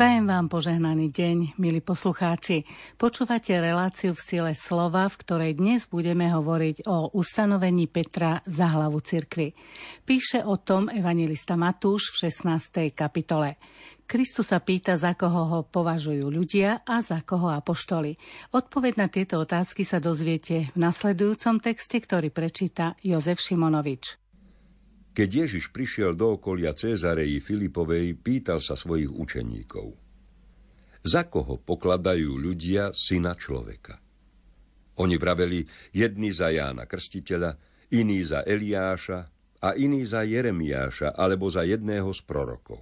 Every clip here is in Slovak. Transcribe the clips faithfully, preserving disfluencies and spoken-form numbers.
Prajem vám požehnaný deň, milí poslucháči. Počúvate reláciu v sile slova, v ktorej dnes budeme hovoriť o ustanovení Petra za hlavu cirkvi. Píše o tom evanjelista Matúš v šestnástej kapitole. Kristus sa pýta, za koho ho považujú ľudia a za koho apoštoli. Odpoveď na tieto otázky sa dozviete v nasledujúcom texte, ktorý prečíta Jozef Šimonovič. Keď Ježiš prišiel do okolia Cézareji Filipovej, pýtal sa svojich učeníkov: Za koho pokladajú ľudia syna človeka? Oni vraveli, jedni za Jána Krstiteľa, iní za Eliáša a iní za Jeremiáša alebo za jedného z prorokov.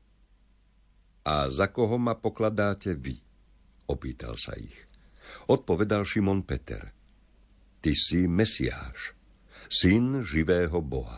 A za koho ma pokladáte vy? Opýtal sa ich. Odpovedal Šimon Peter: Ty si Mesiáš, syn živého Boha.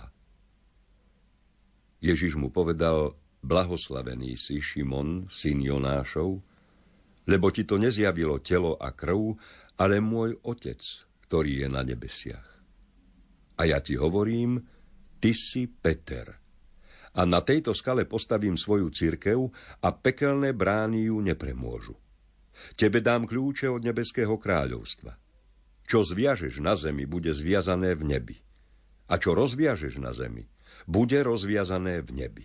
Ježiš mu povedal: Blahoslavený si, Šimon, syn Jonášov, lebo ti to nezjavilo telo a krv, ale môj Otec, ktorý je na nebesiach. A ja ti hovorím, ty si Peter. A na tejto skale postavím svoju cirkev a pekelné brány ju nepremôžu. Tebe dám kľúče od nebeského kráľovstva. Čo zviažeš na zemi, bude zviazané v nebi. A čo rozviažeš na zemi, bude rozviazané v nebi.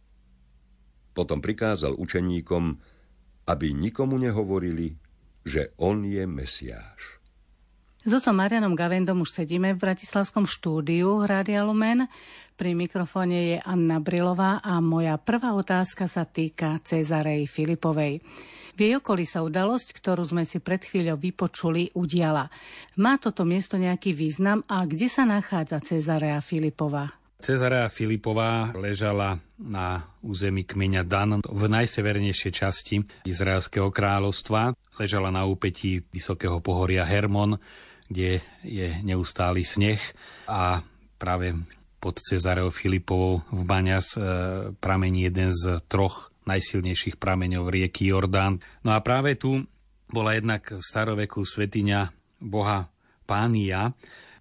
Potom prikázal učeníkom, aby nikomu nehovorili, že on je Mesiáš. S otcom Marianom Gavendom už sedíme v bratislavskom štúdiu Rádia Lumen. Pri mikrofóne je Anna Brilová a moja prvá otázka sa týka Cézarei Filipovej. V jej okolí sa udalosť, ktorú sme si pred chvíľou vypočuli, udiala. Má toto miesto nejaký význam a kde sa nachádza Cézarea Filipova? Cézarea Filipová ležala na území kmeňa Dan v najsevernejšej časti Izraelského kráľovstva. Ležala na úpetí vysokého pohoria Hermon, kde je neustály sneh a práve pod Cézareou Filipovou v Baňas pramení jeden z troch najsilnejších prameňov rieky Jordán. No a práve tu bola jednak v staroveku svätyňa boha Pánia.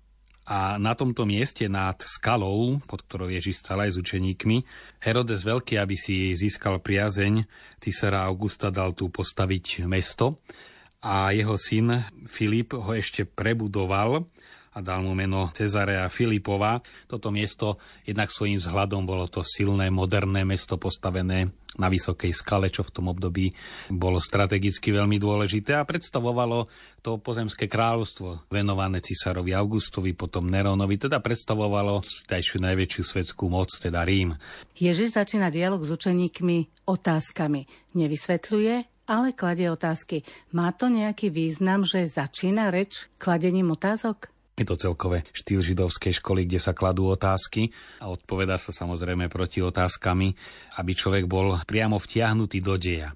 A na tomto mieste nad skalou, pod ktorou Ježiš stal aj s učeníkmi, Herodes Veľký, aby si získal priazeň cisára Augusta, dal tu postaviť mesto a jeho syn Filip ho ešte prebudoval a dal mu meno Cézarea Filipova. Toto miesto jednak svojím vzhľadom bolo to silné, moderné mesto postavené na vysokej skale, čo v tom období bolo strategicky veľmi dôležité a predstavovalo to pozemské kráľovstvo venované cisárovi Augustovi, potom Nerónovi, teda predstavovalo tajšiu najväčšiu svetskú moc, teda Rím. Ježiš začína dialog s učeníkmi otázkami. Nevysvetľuje, ale kladie otázky. Má to nejaký význam, že začína reč kladením otázok? Je to celkové štýl židovskej školy, kde sa kladú otázky a odpovedá sa samozrejme proti otázkami, aby človek bol priamo vtiahnutý do deja,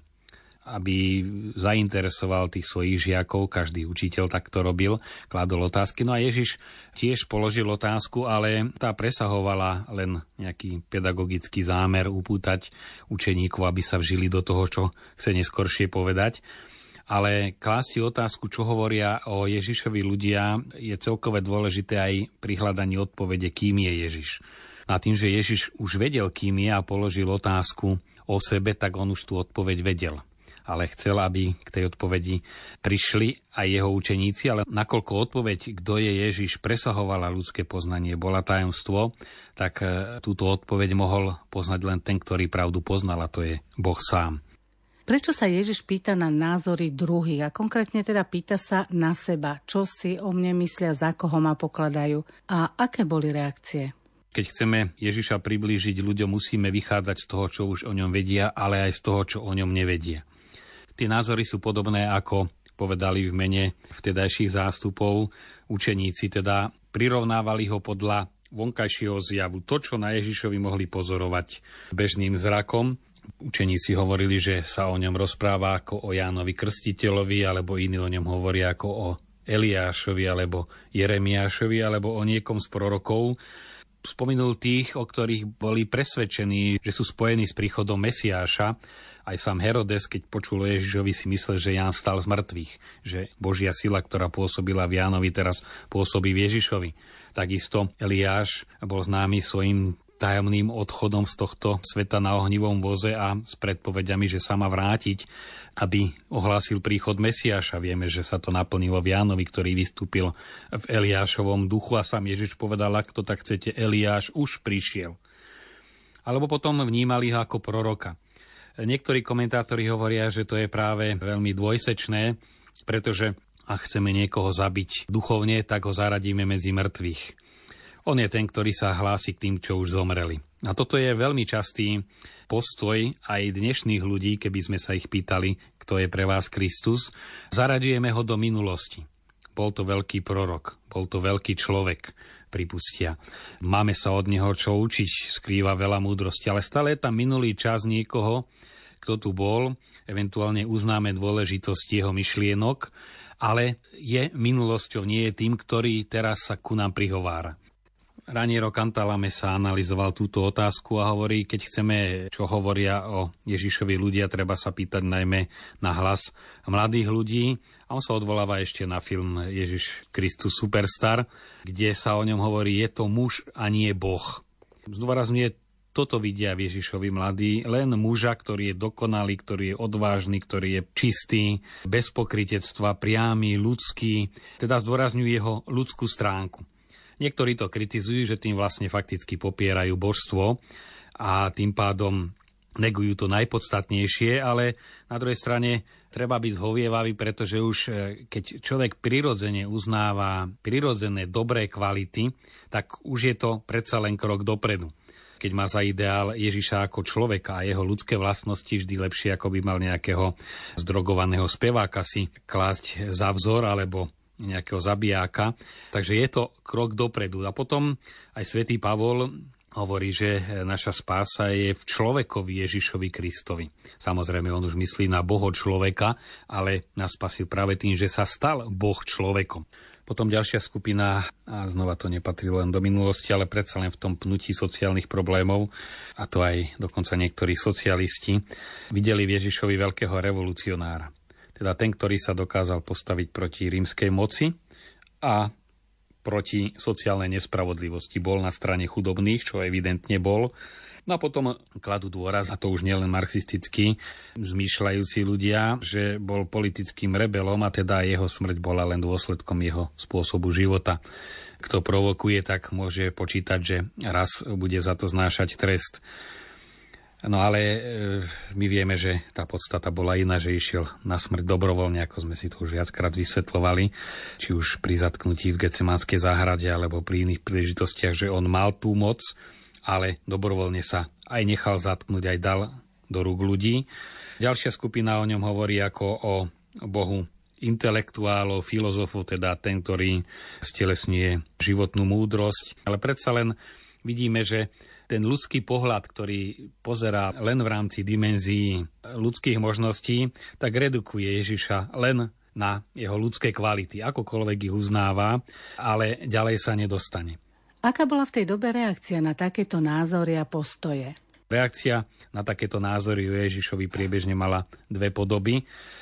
aby zainteresoval tých svojich žiakov, každý učiteľ tak to robil, kladol otázky. No a Ježiš tiež položil otázku, ale tá presahovala len nejaký pedagogický zámer upútať učeníkov, aby sa vžili do toho, čo chce neskoršie povedať. Ale klásť otázku, čo hovoria o Ježišovi ľudia, je celkové dôležité aj pri hľadaní odpovede, kým je Ježiš. A tým, že Ježiš už vedel, kým je a položil otázku o sebe, tak on už tú odpoveď vedel. Ale chcel, aby k tej odpovedi prišli aj jeho učeníci, ale nakoľko odpoveď, kto je Ježiš, presahovala ľudské poznanie, bola tajomstvo, tak túto odpoveď mohol poznať len ten, ktorý pravdu poznal, a to je Boh sám. Prečo sa Ježiš pýta na názory druhých a konkrétne teda pýta sa na seba, čo si o mne myslia, za koho ma pokladajú a aké boli reakcie? Keď chceme Ježiša priblížiť ľuďom, musíme vychádzať z toho, čo už o ňom vedia, ale aj z toho, čo o ňom nevedia. Tie názory sú podobné, ako povedali v mene vtedajších zástupov učeníci, teda prirovnávali ho podľa vonkajšieho zjavu, to, čo na Ježišovi mohli pozorovať bežným zrakom. Učeníci hovorili, že sa o ňom rozpráva ako o Jánovi Krstiteľovi, alebo iní o ňom hovoria ako o Eliášovi, alebo Jeremiášovi, alebo o niekom z prorokov. Spomenul tých, o ktorých boli presvedčení, že sú spojení s príchodom Mesiáša. Aj sám Herodes, keď počul Ježišovi, si myslel, že Ján stal z mŕtvych, že Božia sila, ktorá pôsobila v Jánovi, teraz pôsobí v Ježišovi. Takisto Eliáš bol známy svojim tajomným odchodom z tohto sveta na ohnivom voze a s predpovediami, že sa má vrátiť, aby ohlásil príchod Mesiáša. Vieme, že sa to naplnilo v Jánovi, ktorý vystúpil v Eliášovom duchu a sám Ježiš povedal, ak to tak chcete, Eliáš už prišiel. Alebo potom vnímali ho ako proroka. Niektorí komentátori hovoria, že to je práve veľmi dvojsečné, pretože ak chceme niekoho zabiť duchovne, tak ho zaradíme medzi mŕtvych. On je ten, ktorý sa hlási k tým, čo už zomreli. A toto je veľmi častý postoj aj dnešných ľudí, keby sme sa ich pýtali, kto je pre vás Kristus. Zaradujeme ho do minulosti. Bol to veľký prorok, bol to veľký človek, pripustia. Máme sa od neho čo učiť, skrýva veľa múdrosti, ale stále je tam minulý čas niekoho, kto tu bol, eventuálne uznáme dôležitosť jeho myšlienok, ale je minulosťou, nie je tým, ktorý teraz sa ku nám prihovára. Raniero Cantalame sa analyzoval túto otázku a hovorí, keď chceme, čo hovoria o Ježišovi ľudia, treba sa pýtať najmä na hlas mladých ľudí. A on sa odvoláva ešte na film Ježiš Kristus Superstar, kde sa o ňom hovorí, je to muž a nie Boh. Zdôrazňuje, toto vidia v Ježišovi mladí, len muža, ktorý je dokonalý, ktorý je odvážny, ktorý je čistý, bez pokrytectva, priamy, ľudský, teda zdôrazňujú jeho ľudskú stránku. Niektorí to kritizujú, že tým vlastne fakticky popierajú božstvo a tým pádom negujú to najpodstatnejšie, ale na druhej strane treba byť zhovievavý, pretože už keď človek prirodzene uznáva prirodzené dobré kvality, tak už je to predsa len krok dopredu. Keď má za ideál Ježiša ako človeka a jeho ľudské vlastnosti, vždy lepšie, ako by mal nejakého zdrogovaného speváka si klásť za vzor alebo nejakého zabijáka. Takže je to krok dopredu. A potom aj svätý Pavol hovorí, že naša spása je v človekovi Ježišovi Kristovi. Samozrejme, on už myslí na Boho človeka, ale nás spasil práve tým, že sa stal Boh človekom. Potom ďalšia skupina, a znova to nepatrí len do minulosti, ale predsa len v tom pnutí sociálnych problémov, a to aj dokonca niektorí socialisti, videli v Ježišovi veľkého revolucionára. Teda ten, ktorý sa dokázal postaviť proti rímskej moci a proti sociálnej nespravodlivosti. Bol na strane chudobných, čo evidentne bol. No a potom kladú dôraz, a to už nielen marxisticky zmýšľajúci ľudia, že bol politickým rebelom a teda jeho smrť bola len dôsledkom jeho spôsobu života. Kto provokuje, tak môže počítať, že raz bude za to znášať trest. No ale e, my vieme, že tá podstata bola iná, že išiel na smrť dobrovoľne, ako sme si to už viackrát vysvetľovali, či už pri zatknutí v Getsemanskej záhrade alebo pri iných príležitostiach, že on mal tú moc, ale dobrovoľne sa aj nechal zatknúť, aj dal do rúk ľudí. Ďalšia skupina o ňom hovorí ako o Bohu intelektuálov, filozofov, teda ten, ktorý stelesňuje životnú múdrosť, ale predsa len vidíme, že ten ľudský pohľad, ktorý pozerá len v rámci dimenzií ľudských možností, tak redukuje Ježiša len na jeho ľudské kvality. Akokoľvek ich uznáva, ale ďalej sa nedostane. Aká bola v tej dobe reakcia na takéto názory a postoje? Reakcia na takéto názory u Ježišovi priebežne mala dve podoby.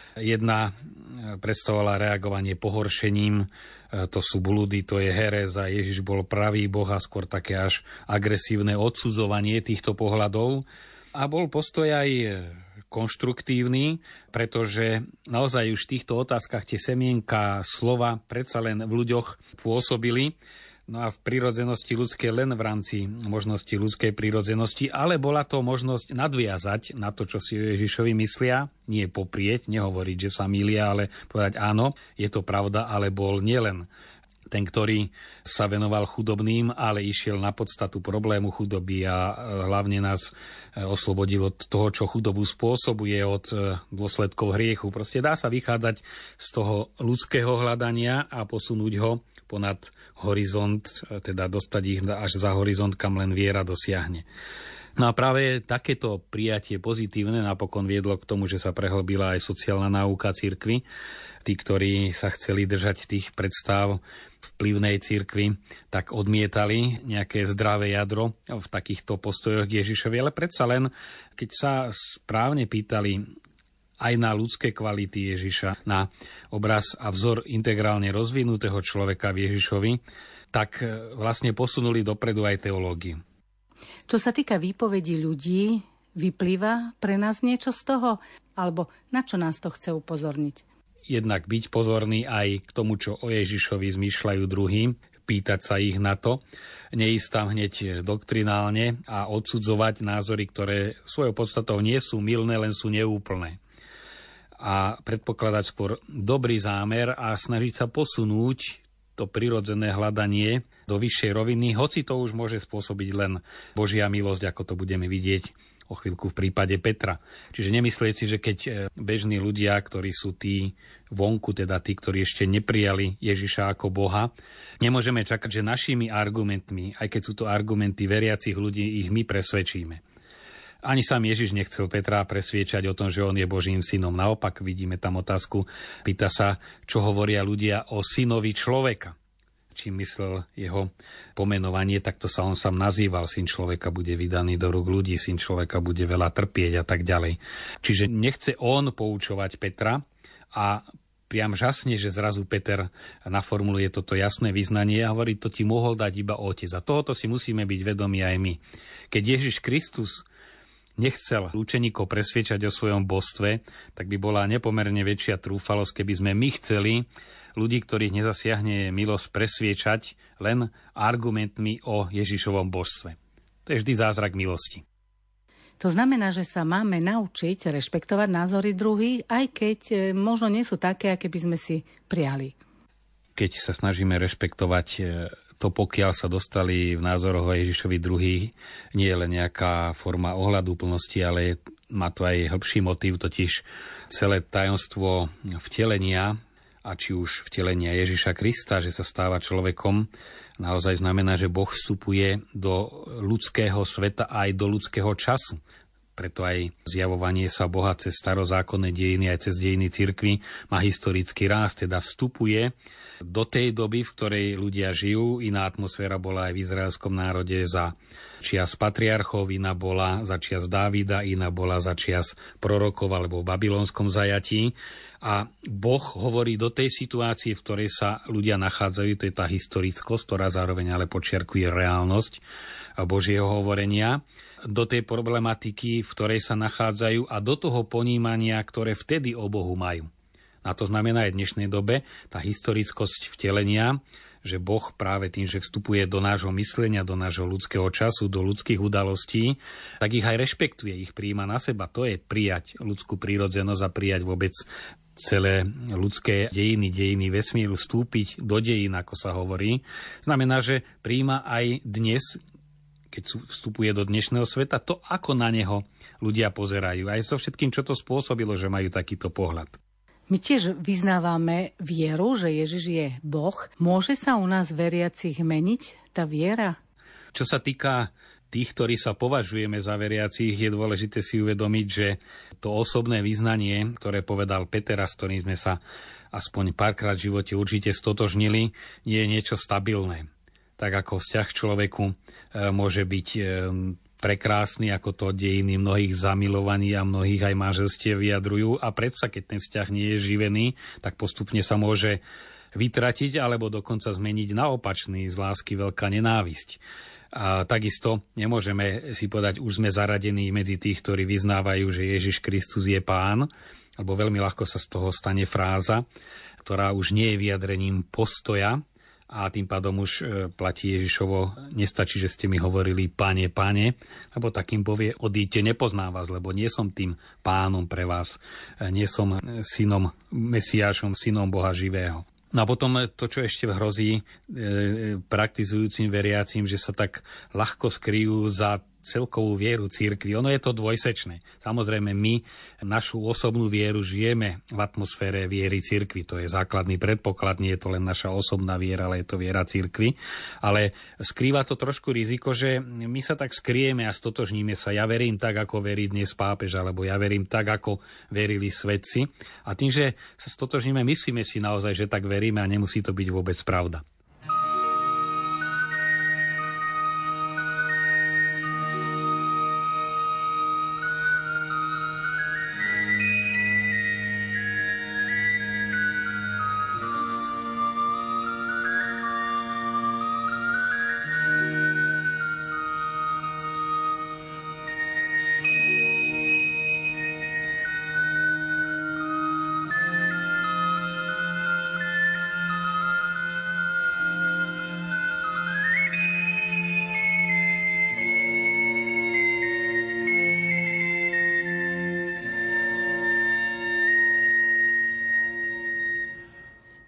Jedna predstavovala reagovanie pohoršením, to sú blúdy, to je herez a Ježiš bol pravý Boh a skôr také až agresívne odsudzovanie týchto pohľadov. A bol postoj aj konštruktívny, pretože naozaj už v týchto otázkach tie semienka slova predsa len v ľuďoch pôsobili. No a v prirodzenosti ľudskej len v rámci možnosti ľudskej prirodzenosti, ale bola to možnosť nadviazať na to, čo si o Ježišovi myslia, nie poprieť, nehovoriť, že sa milia, ale povedať áno, je to pravda, ale bol nielen ten, ktorý sa venoval chudobným, ale išiel na podstatu problému chudoby a hlavne nás oslobodil od toho, čo chudobu spôsobuje, od dôsledkov hriechu. Proste dá sa vychádzať z toho ľudského hľadania a posunúť ho ponad horizont, teda dostať ich až za horizont, kam len viera dosiahne. No a práve takéto prijatie pozitívne napokon viedlo k tomu, že sa prehlbila aj sociálna náuka cirkvi. Tí, ktorí sa chceli držať tých predstav vplyvnej cirkvi, tak odmietali nejaké zdravé jadro v takýchto postojoch k Ježišovi. Ale predsa len, keď sa správne pýtali aj na ľudské kvality Ježiša, na obraz a vzor integrálne rozvinutého človeka v Ježišovi, tak vlastne posunuli dopredu aj teológiu. Čo sa týka výpovedí ľudí, vyplýva pre nás niečo z toho? Alebo na čo nás to chce upozorniť? Jednak byť pozorný aj k tomu, čo o Ježišovi zmýšľajú druhým, pýtať sa ich na to, neísť tam hneď doktrinálne a odsudzovať názory, ktoré svojou podstatou nie sú mylné, len sú neúplné. A predpokladať skôr dobrý zámer a snažiť sa posunúť to prirodzené hľadanie do vyššej roviny, hoci to už môže spôsobiť len Božia milosť, ako to budeme vidieť o chvíľku v prípade Petra. Čiže nemyslieť si, že keď bežní ľudia, ktorí sú tí vonku, teda tí, ktorí ešte neprijali Ježiša ako Boha, nemôžeme čakať, že našimi argumentmi, aj keď sú to argumenty veriacich ľudí, ich my presvedčíme. Ani sám Ježiš nechcel Petra presviečať o tom, že on je Božím synom. Naopak vidíme tam otázku, pýta sa, čo hovoria ľudia o synovi človeka. Čím myslel jeho pomenovanie, tak to sa on sám nazýval. Syn človeka bude vydaný do rúk ľudí, syn človeka bude veľa trpieť a tak ďalej. Čiže nechce on poučovať Petra a priam žasne, že zrazu Peter naformuluje toto jasné vyznanie a hovorí, to ti mohol dať iba Otec. A tohoto si musíme byť vedomí aj my. Keď Ježiš Kristus nechcel učeníkov presviečať o svojom božstve, tak by bola nepomerne väčšia trúfalosť, keby sme my chceli ľudí, ktorých nezasiahne milosť, presviečať len argumentmi o Ježišovom božstve. To je vždy zázrak milosti. To znamená, že sa máme naučiť rešpektovať názory druhých, aj keď možno nie sú také, aké by sme si prijali. Keď sa snažíme rešpektovať to, pokiaľ sa dostali v názoroch o Ježišovi druhý, nie je len nejaká forma ohľadúplnosti, ale má to aj hĺbší motív, totiž celé tajomstvo vtelenia, a či už vtelenia Ježiša Krista, že sa stáva človekom, naozaj znamená, že Boh vstupuje do ľudského sveta aj do ľudského času. Preto aj zjavovanie sa Boha cez starozákonné dejiny aj cez dejiny cirkvi má historický ráz, teda vstupuje do tej doby, v ktorej ľudia žijú. Iná atmosféra bola aj v izraelskom národe za čias patriarchov, iná bola za čias Dávida, iná bola za čias prorokov alebo v babylonskom zajatí. A Boh hovorí do tej situácie, v ktorej sa ľudia nachádzajú, to je tá historickosť, ktorá zároveň ale počiarkuje reálnosť Božieho hovorenia, do tej problematiky, v ktorej sa nachádzajú a do toho ponímania, ktoré vtedy o Bohu majú. A to znamená aj v dnešnej dobe tá historickosť vtelenia, že Boh práve tým, že vstupuje do nášho myslenia, do nášho ľudského času, do ľudských udalostí, tak ich aj rešpektuje, ich prijíma na seba. To je prijať ľudskú prírodzenosť a prijať vôbec celé ľudské dejiny, dejiny vesmíru, vstúpiť do dejín, ako sa hovorí. Znamená, že prijíma aj dnes, keď vstupuje do dnešného sveta, to, ako na neho ľudia pozerajú. Aj so všetkým, čo to spôsobilo, že majú takýto pohľad. My tiež vyznávame vieru, že Ježiš je Boh. Môže sa u nás veriacich meniť tá viera? Čo sa týka tých, ktorí sa považujeme za veriacich, je dôležité si uvedomiť, že to osobné vyznanie, ktoré povedal Peter, s ktorým sme sa aspoň párkrát v živote určite stotožnili, nie je niečo stabilné. Tak ako vzťah k človeku môže byť prekrásny, ako to dejiny mnohých zamilovaní a mnohých aj manželstiev vyjadrujú. A predsa, keď ten vzťah nie je živený, tak postupne sa môže vytratiť alebo dokonca zmeniť na opačný, z lásky veľká nenávisť. A takisto nemôžeme si povedať, už sme zaradení medzi tých, ktorí vyznávajú, že Ježiš Kristus je Pán, alebo veľmi ľahko sa z toho stane fráza, ktorá už nie je vyjadrením postoja, a tým pádom už platí Ježišovo, nestačí, že ste mi hovorili Pane, Pane, lebo takým povie, odíďte, nepoznám vás, lebo nie som tým pánom pre vás, nie som synom, Mesiášom, synom Boha živého. No a potom to, čo ešte hrozí e, praktizujúcim veriacím, že sa tak ľahko skryjú za celkovú vieru cirkvi. Ono je to dvojsečné. Samozrejme, my našu osobnú vieru žijeme v atmosfére viery cirkvi. To je základný predpoklad, nie je to len naša osobná viera, ale je to viera cirkvi. Ale skrýva to trošku riziko, že my sa tak skryjeme a stotožníme sa. Ja verím tak, ako verí dnes pápež, alebo ja verím tak, ako verili svetci. A tým, že sa stotožníme, myslíme si naozaj, že tak veríme a nemusí to byť vôbec pravda.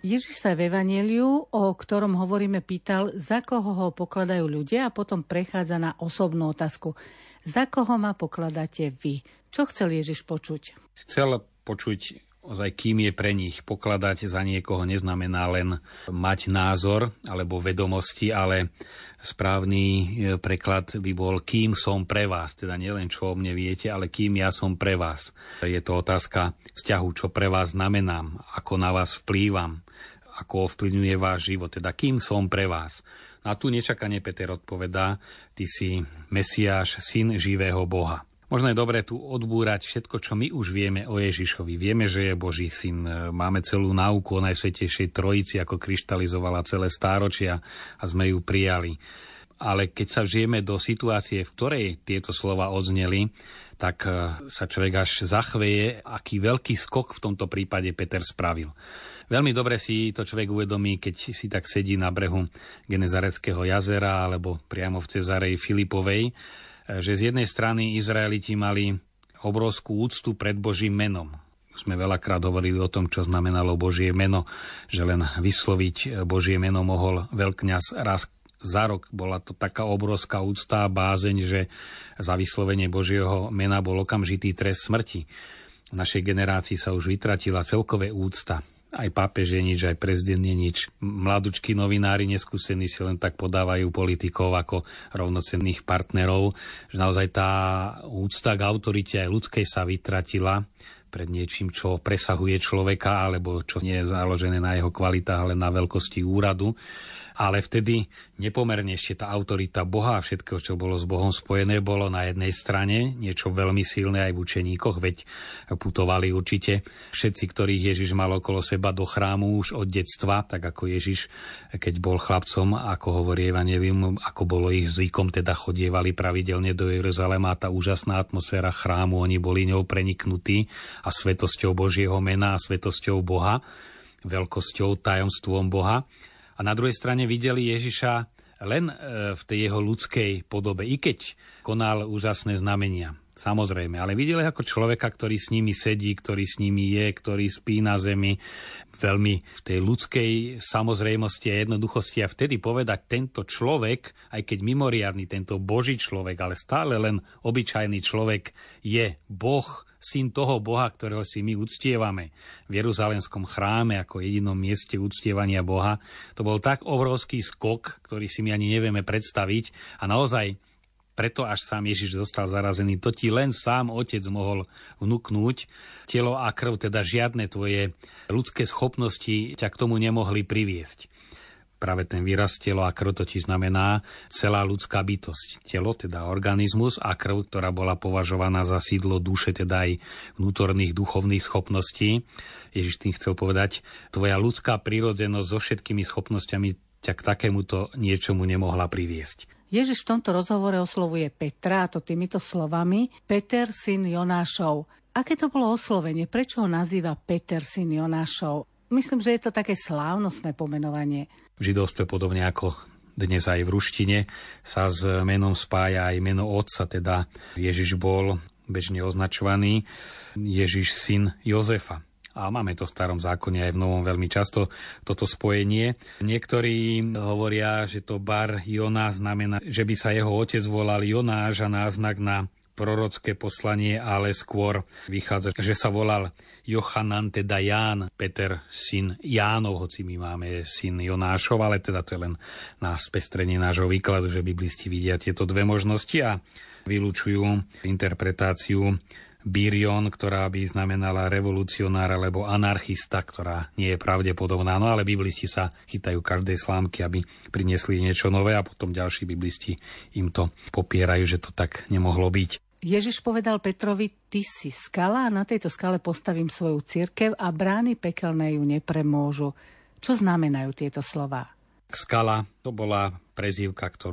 Ježiš sa v Evanjeliu, o ktorom hovoríme, pýtal, za koho ho pokladajú ľudia, a potom prechádza na osobnú otázku. Za koho ma pokladáte vy? Čo chcel Ježiš počuť? Chcel počuť, ozaj, kým je pre nich. Pokladať za niekoho neznamená len mať názor alebo vedomosti, ale správny preklad by bol, kým som pre vás. Teda nielen čo o mne viete, ale kým ja som pre vás. Je to otázka vzťahu, čo pre vás znamenám, ako na vás vplývam, ako ovplyvňuje váš život. Teda kým som pre vás. A tu nečakane Peter odpovedá, ty si Mesiáš, syn živého Boha. Možno je dobré tu odbúrať všetko, čo my už vieme o Ježišovi. Vieme, že je Boží syn. Máme celú náuku o Najsvätejšej Trojici, ako kryštalizovala celé stáročia, a sme ju prijali. Ale keď sa vžijeme do situácie, v ktorej tieto slova odzneli, tak sa človek až zachveje, aký veľký skok v tomto prípade Peter spravil. Veľmi dobre si to človek uvedomí, keď si tak sedí na brehu Genezareckého jazera alebo priamo v Cezareji Filipovej, že z jednej strany Izraeliti mali obrovskú úctu pred Božím menom. Už sme veľakrát hovorili o tom, čo znamenalo Božie meno, že len vysloviť Božie meno mohol veľkňaz raz za rok. Bola to taká obrovská úcta a bázeň, že za vyslovenie Božieho mena bol okamžitý trest smrti. V našej generácii sa už vytratila celkové úcta. Aj pápež je nič, aj prezident je nič. Mladučkí novinári neskúsení si len tak podávajú politikov ako rovnocenných partnerov. Že naozaj tá úcta k autorite aj ľudskej sa vytratila pred niečím, čo presahuje človeka, alebo čo nie je založené na jeho kvalitách, ale na veľkosti úradu. Ale vtedy nepomerne ešte tá autorita Boha a všetko, čo bolo s Bohom spojené, bolo na jednej strane niečo veľmi silné aj v učeníkoch, veď putovali určite všetci, ktorých Ježiš mal okolo seba do chrámu už od detstva, tak ako Ježiš, keď bol chlapcom, ako hovorí Evanjelium, ako bolo ich zvykom, teda chodievali pravidelne do Jeruzalema, tá úžasná atmosféra chrámu, oni boli ňou preniknutí a svetosťou Božieho mena a svetosťou Boha, veľkosťou, tajomstvom Boha. A na druhej strane videli Ježiša len v tej jeho ľudskej podobe, i keď konal úžasné znamenia. Samozrejme, ale videli ako človeka, ktorý s nimi sedí, ktorý s nimi je, ktorý spí na zemi, veľmi v tej ľudskej samozrejmosti a jednoduchosti. A vtedy povedať, tento človek, aj keď mimoriadny, tento Boží človek, ale stále len obyčajný človek, je Boh, syn toho Boha, ktorého si my uctievame v Jeruzalemskom chráme ako jedinom mieste uctievania Boha. To bol tak obrovský skok, ktorý si my ani nevieme predstaviť, a naozaj preto až sám Ježiš zostal zarazený. To ti len sám Otec mohol vnúknuť. Telo a krv, teda žiadne tvoje ľudské schopnosti ťa k tomu nemohli priviesť. Práve ten výraz telo a krv totiž znamená celá ľudská bytosť. Telo, teda organizmus, a krv, ktorá bola považovaná za sídlo duše, teda aj vnútorných duchovných schopností. Ježiš tým chcel povedať, tvoja ľudská prirodzenosť so všetkými schopnosťami ťa k takémuto niečomu nemohla priviesť. Ježiš v tomto rozhovore oslovuje Petra, a to týmito slovami: Peter, syn Jonášov. Aké to bolo oslovenie? Prečo ho nazýva Peter, syn Jonášov? Myslím, že je to také slávnostné pomenovanie. V židovstve, podobne ako dnes aj v ruštine, sa s menom spája aj meno otca, teda Ježiš bol bežne označovaný Ježiš, syn Jozefa. A máme to v Starom zákone aj v Novom veľmi často, toto spojenie. Niektorí hovoria, že to bar Jona znamená, že by sa jeho otec volal Jonáš, a náznak na prorocké poslanie, ale skôr vychádza, že sa volal Jochanan, teda Ján, Peter, syn Jánov, hoci my máme syn Jonášov, ale teda to je len na spestrenie nášho výkladu, že biblisti vidia tieto dve možnosti a vylúčujú interpretáciu Birion, ktorá by znamenala revolucionár alebo anarchista, ktorá nie je pravdepodobná. No ale biblisti sa chytajú každej slámky, aby priniesli niečo nové, a potom ďalší biblisti im to popierajú, že to tak nemohlo byť. Ježiš povedal Petrovi: ty si skala a na tejto skale postavím svoju cirkev a brány pekelné ju nepremôžu. Čo znamenajú tieto slová? Skala to bola prezývka, ktorú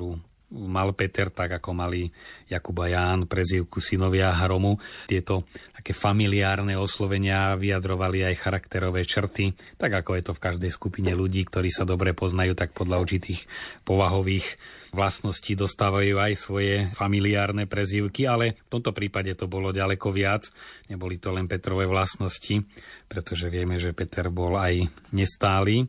mal Peter, tak ako mali Jakub a Ján, prezývku synovia Hromu. Tieto také familiárne oslovenia vyjadrovali aj charakterové črty, tak ako je to v každej skupine ľudí, ktorí sa dobre poznajú, tak podľa určitých povahových vlastností dostávajú aj svoje familiárne prezývky, ale v tomto prípade to bolo ďaleko viac. Neboli to len Petrové vlastnosti, pretože vieme, že Peter bol aj nestály,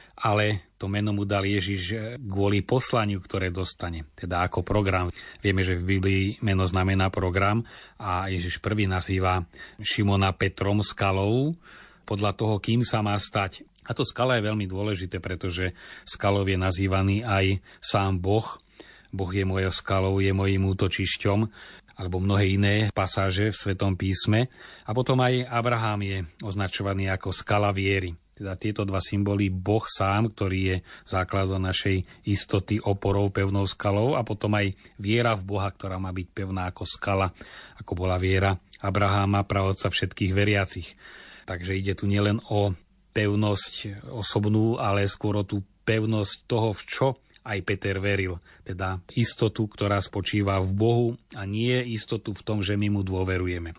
ale to meno mu dal Ježiš kvôli poslaniu, ktoré dostane, teda ako program. Vieme, že v Biblii meno znamená program a Ježiš prvý nazýva Šimona Petrom, skalou, podľa toho, kým sa má stať. A to skala je veľmi dôležité, pretože skalou je nazývaný aj sám Boh. Boh je mojou skalou, je mojím útočišťom, alebo mnohé iné pasáže v Svetom písme. A potom aj Abraham je označovaný ako skala viery. Teda tieto dva symboly, Boh sám, ktorý je základom našej istoty, oporou, pevnou skalou, a potom aj viera v Boha, ktorá má byť pevná ako skala, ako bola viera Abraháma, pravodca všetkých veriacich. Takže ide tu nielen o pevnosť osobnú, ale skôr o tú pevnosť toho, v čo aj Peter veril. Teda istotu, ktorá spočíva v Bohu a nie istotu v tom, že my mu dôverujeme.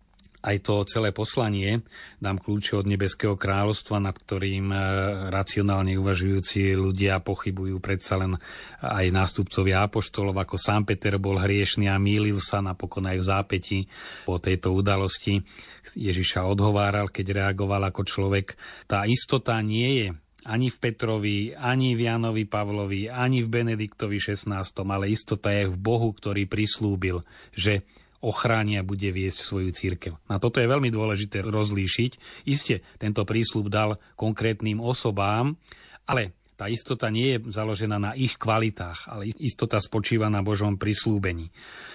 Aj to celé poslanie, dám kľúče od nebeského kráľovstva, nad ktorým racionálne uvažujúci ľudia pochybujú, predsa len aj nástupcovia apoštolov, ako sám Peter bol hriešný a mýlil sa napokon aj v zápäti po tejto udalosti. Ježiša odhováral, keď reagoval ako človek. Tá istota nie je ani v Petrovi, ani v Jánovi Pavlovi, ani v Benediktovi šestnástom, ale istota je v Bohu, ktorý prislúbil, že ochránia bude viesť svoju cirkev. Na toto je veľmi dôležité rozlíšiť. Isté, tento prísľub dal konkrétnym osobám, ale tá istota nie je založená na ich kvalitách, ale istota spočíva na Božom prislúbení.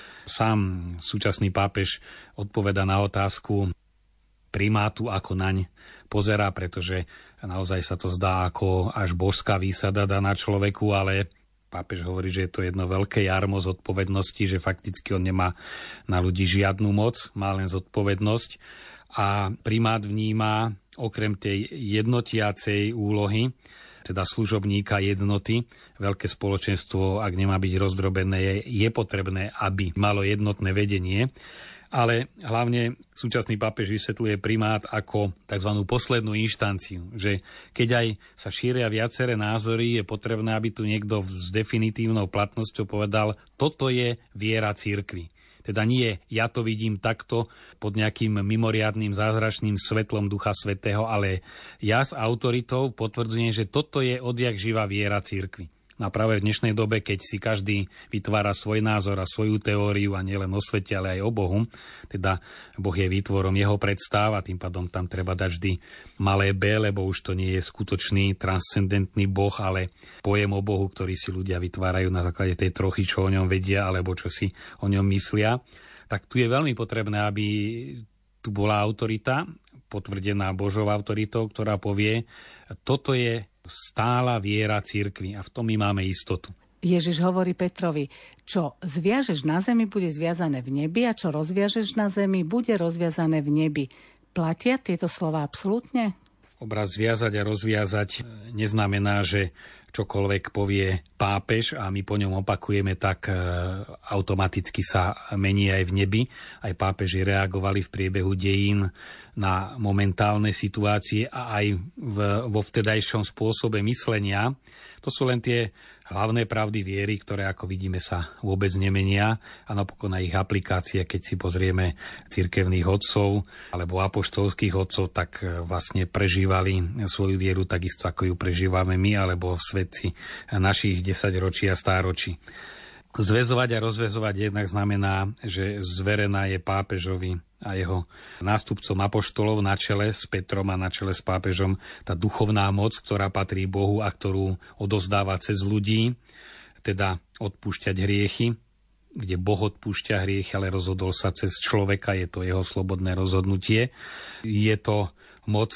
Sám súčasný pápež odpoveda na otázku primátu, ako naň pozerá, pretože naozaj sa to zdá ako až božská výsada daná človeku, ale pápež hovorí, že je to jedno veľké jarmo zodpovednosti, že fakticky on nemá na ľudí žiadnu moc, má len zodpovednosť. A primát vníma okrem tej jednotiacej úlohy, teda služobníka jednoty, veľké spoločenstvo, ak nemá byť rozdrobené, je potrebné, aby malo jednotné vedenie. Ale hlavne súčasný pápež vysvetľuje primát ako tzv. Poslednú inštanciu, že keď aj sa šíria viaceré názory, je potrebné, aby tu niekto s definitívnou platnosťou povedal, toto je viera cirkvi. Teda nie, ja to vidím takto pod nejakým mimoriadnym zázračným svetlom Ducha Svätého, ale ja s autoritou potvrdzujem, že toto je odjak živá viera cirkvi. A práve v dnešnej dobe, keď si každý vytvára svoj názor a svoju teóriu, a nielen o svete, ale aj o Bohu, teda Boh je výtvorom jeho predstav a tým pádom tam treba dať vždy malé B, lebo už to nie je skutočný transcendentný Boh, ale pojem o Bohu, ktorý si ľudia vytvárajú na základe tej trochy, čo o ňom vedia, alebo čo si o ňom myslia. Tak tu je veľmi potrebné, aby tu bola autorita, potvrdená Božou autoritou, ktorá povie, toto je stála viera cirkvi a v tom my máme istotu. Ježiš hovorí Petrovi, čo zviažeš na zemi, bude zviazané v nebi a čo rozviažeš na zemi, bude rozviazané v nebi. Platia tieto slova absolútne? Obraz zviazať a rozviazať neznamená, že čokoľvek povie pápež a my po ňom opakujeme, tak automaticky sa mení aj v nebi. Aj pápeži reagovali v priebehu dejín na momentálne situácie a aj v, vo vtedajšom spôsobe myslenia. To sú len tie hlavné pravdy viery, ktoré, ako vidíme, sa vôbec nemenia a napokon aj ich aplikácie, keď si pozrieme cirkevných otcov alebo apoštolských otcov, tak vlastne prežívali svoju vieru takisto, ako ju prežívame my alebo svedci našich desaťročí a stáročí. Zväzovať a rozväzovať jednak znamená, že zverená je pápežovi a jeho nástupcom apoštolov na čele s Petrom a na čele s pápežom tá duchovná moc, ktorá patrí Bohu a ktorú odovzdáva cez ľudí, teda odpúšťať hriechy, kde Boh odpúšťa hriechy, ale rozhodol sa cez človeka, je to jeho slobodné rozhodnutie. Je to moc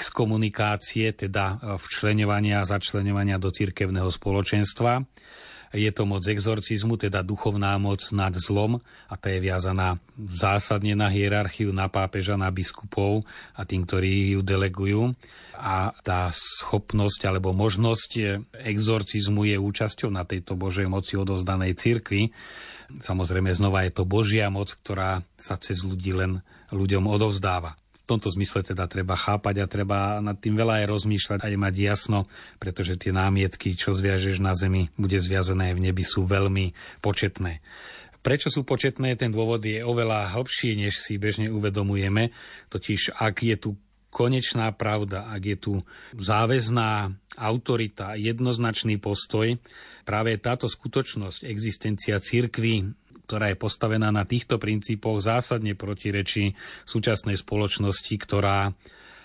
exkomunikácie, teda včleňovania a začleňovania do cirkevného spoločenstva. Je to moc exorcizmu, teda duchovná moc nad zlom, a tá je viazaná zásadne na hierarchiu, na pápeža, na biskupov a tým, ktorí ju delegujú. A tá schopnosť alebo možnosť exorcizmu je účasťou na tejto Božej moci odovzdanej cirkvi. Samozrejme, znova je to Božia moc, ktorá sa cez ľudí len ľuďom odovzdáva. V tomto zmysle teda treba chápať a treba nad tým veľa aj rozmýšľať, aj mať jasno, pretože tie námietky, čo zviažeš na zemi, bude zviazané aj v nebi, sú veľmi početné. Prečo sú početné? Ten dôvod je oveľa hlbší, než si bežne uvedomujeme. Totiž, ak je tu konečná pravda, ak je tu záväzná autorita, jednoznačný postoj, práve táto skutočnosť, existencia cirkvi, ktorá je postavená na týchto princípoch, zásadne protirečí súčasnej spoločnosti, ktorá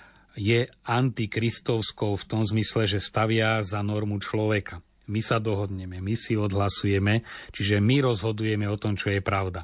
je antikristovskou v tom zmysle, že stavia za normu človeka. My sa dohodneme, my si odhlasujeme, čiže my rozhodujeme o tom, čo je pravda.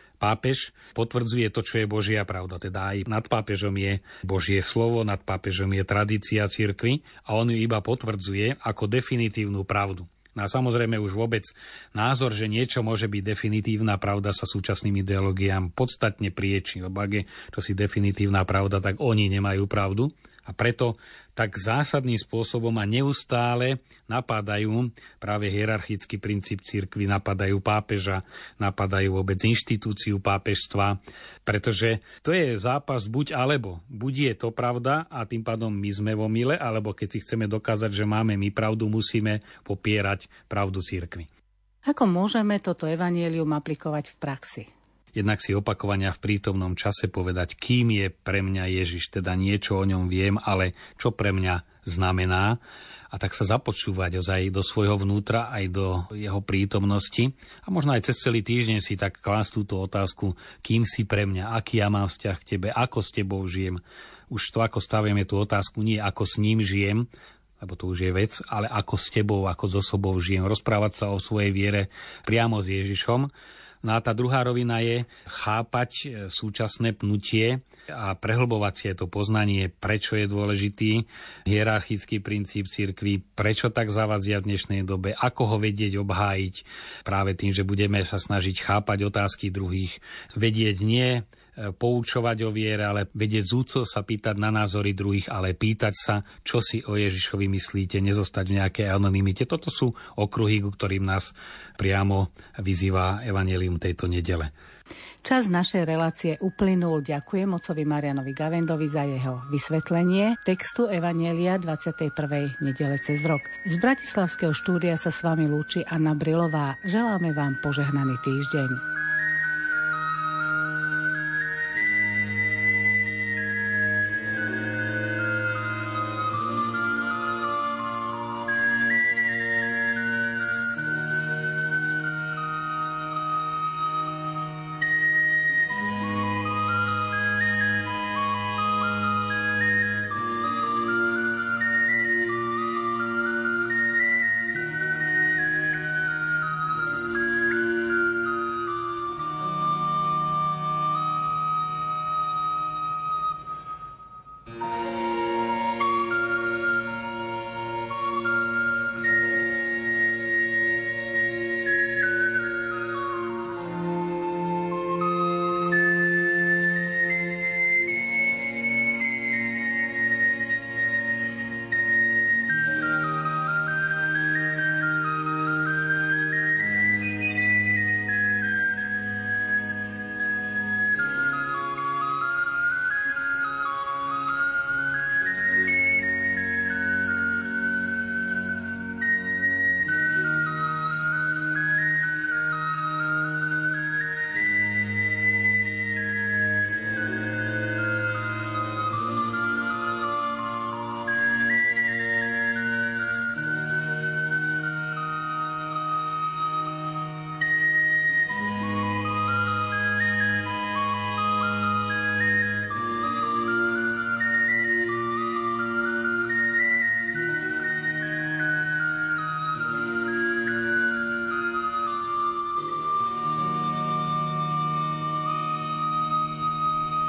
Pápež potvrdzuje to, čo je Božia pravda. Teda aj nad pápežom je Božie slovo, nad pápežom je tradícia cirkvi a on ju iba potvrdzuje ako definitívnu pravdu. No a samozrejme už vôbec názor, že niečo môže byť definitívna pravda, sa súčasným ideológiám podstatne prieči, lebo ak je čosi definitívna pravda, tak oni nemajú pravdu. A preto tak zásadným spôsobom a neustále napadajú práve hierarchický princíp cirkvi, napadajú pápeža, napadajú vôbec inštitúciu pápežstva, pretože to je zápas buď alebo. Buď je to pravda a tým pádom my sme vo myle, alebo keď si chceme dokázať, že máme my pravdu, musíme popierať pravdu cirkvi. Ako môžeme toto evanjelium aplikovať v praxi? Jednak si opakovania v prítomnom čase povedať, kým je pre mňa Ježiš, teda niečo o ňom viem, ale čo pre mňa znamená. A tak sa započúvať ozaj do svojho vnútra, aj do jeho prítomnosti. A možno aj cez celý týždeň si tak klásť túto otázku, kým si pre mňa, aký ja mám vzťah k tebe, ako s tebou žijem. Už to, ako stavieme tú otázku, nie ako s ním žijem, lebo to už je vec, ale ako s tebou, ako so sobou žijem. Rozprávať sa o svojej viere priamo s Ježišom. No a tá druhá rovina je chápať súčasné pnutie a prehlbovať si to poznanie, prečo je dôležitý hierarchický princíp cirkvi, prečo tak zavadzia v dnešnej dobe, ako ho vedieť obhájiť práve tým, že budeme sa snažiť chápať otázky druhých, vedieť nie poučovať o viere, ale vedieť z úctou sa pýtať na názory druhých, ale pýtať sa, čo si o Ježišovi myslíte, nezostať v nejakej anonymite. Toto sú okruhy, ku ktorým nás priamo vyzýva evanjelium tejto nedele. Čas našej relácie uplynul. Ďakujem otcovi Marianovi Gavendovi za jeho vysvetlenie textu Evanjelia dvadsiatej prvej nedele cez rok. Z bratislavského štúdia sa s vami lúči Anna Brilová. Želáme vám požehnaný týždeň.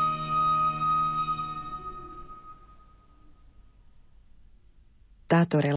Táto